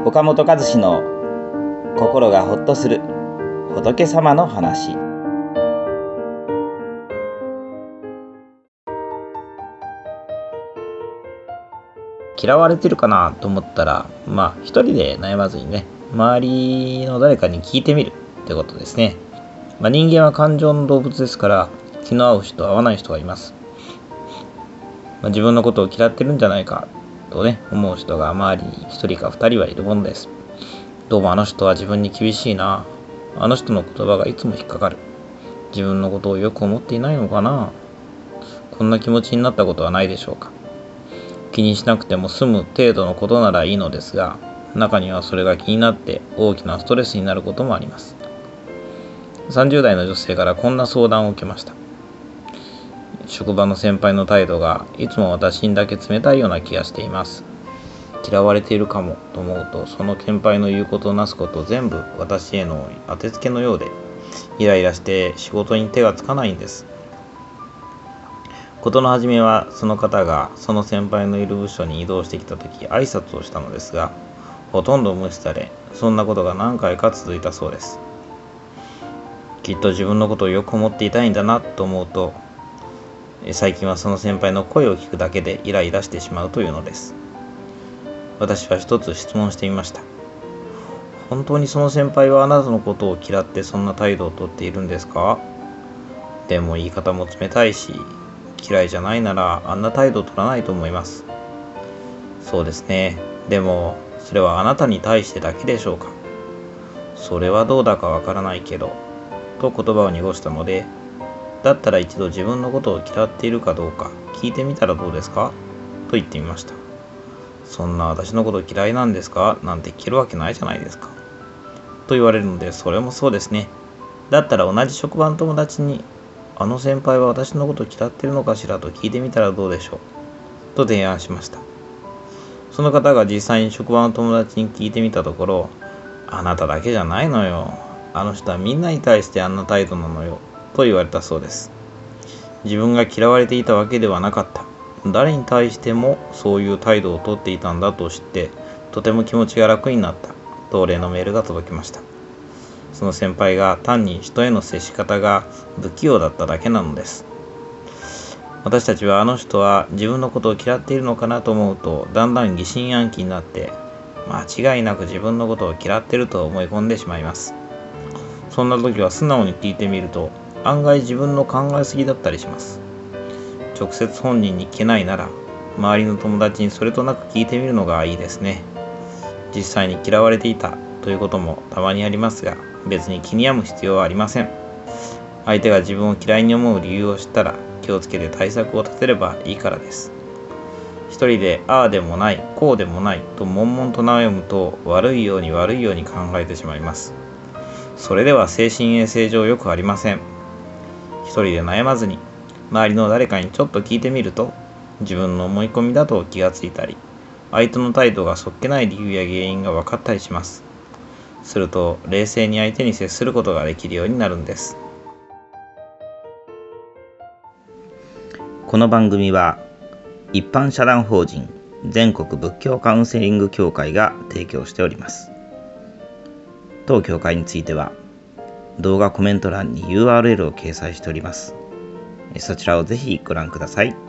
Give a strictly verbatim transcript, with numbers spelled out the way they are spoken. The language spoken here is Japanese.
岡本和志の心がほっとする仏様の話。嫌われてるかなと思ったら、まあ一人で悩まずにね、周りの誰かに聞いてみるってことですね。まあ、人間は感情の動物ですから、気の合う人合わない人がいます。まあ、自分のことを嫌ってるんじゃないかとね思う人が周りに一人か二人はいるものです。どうもあの人は自分に厳しいな、あの人の言葉がいつも引っかかる、自分のことをよく思っていないのかな、こんな気持ちになったことはないでしょうか。気にしなくても済む程度のことならいいのですが、中にはそれが気になって大きなストレスになることもあります。さんじゅう代の女性からこんな相談を受けました。職場の先輩の態度がいつも私にだけ冷たいような気がしています。嫌われているかもと思うと、その先輩の言うことなすこと全部私への当てつけのようで、イライラして仕事に手がつかないんです。事の始めは、その方がその先輩のいる部署に移動してきた時挨拶をしたのですが、ほとんど無視され、そんなことが何回か続いたそうです。きっと自分のことをよく思っていたいんだなと思うと、最近はその先輩の声を聞くだけでイライラしてしまうというのです。私は一つ質問してみました。本当にその先輩はあなたのことを嫌ってそんな態度をとっているんですか？でも言い方も冷たいし、嫌いじゃないならあんな態度を取らないと思います。そうですね。でもそれはあなたに対してだけでしょうか？それはどうだかわからないけど、と言葉を濁したので、だったら一度自分のことを嫌っているかどうか聞いてみたらどうですか？と言ってみました。そんな私のこと嫌いなんですかなんて聞けるわけないじゃないですか。と言われるので、それもそうですね。だったら同じ職場の友達に、あの先輩は私のこと嫌ってるのかしらと聞いてみたらどうでしょう。と提案しました。その方が実際に職場の友達に聞いてみたところ、あなただけじゃないのよ。あの人はみんなに対してあんな態度なのよ。と言われたそうです。自分が嫌われていたわけではなかった。誰に対してもそういう態度をとっていたんだと知って、とても気持ちが楽になった。とお礼のメールが届きました。その先輩が単に人への接し方が不器用だっただけなのです。私たちはあの人は自分のことを嫌っているのかなと思うと、だんだん疑心暗鬼になって、間違いなく自分のことを嫌っていると思い込んでしまいます。そんな時は素直に聞いてみると、案外自分の考えすぎだったりします。直接本人に聞けないなら、周りの友達にそれとなく聞いてみるのがいいですね。実際に嫌われていたということもたまにありますが、別に気に病む必要はありません。相手が自分を嫌いに思う理由を知ったら、気をつけて対策を立てればいいからです。一人でああでもない、こうでもないと悶々と悩むと、悪いように悪いように考えてしまいます。それでは精神衛生上よくありません。一人で悩まずに、周りの誰かにちょっと聞いてみると、自分の思い込みだと気がついたり、相手の態度がそっけない理由や原因が分かったりします。すると冷静に相手に接することができるようになるんです。この番組は一般社団法人全国仏教カウンセリング協会が提供しております。当協会については動画コメント欄に ユーアールエル を掲載しております。そちらをぜひご覧ください。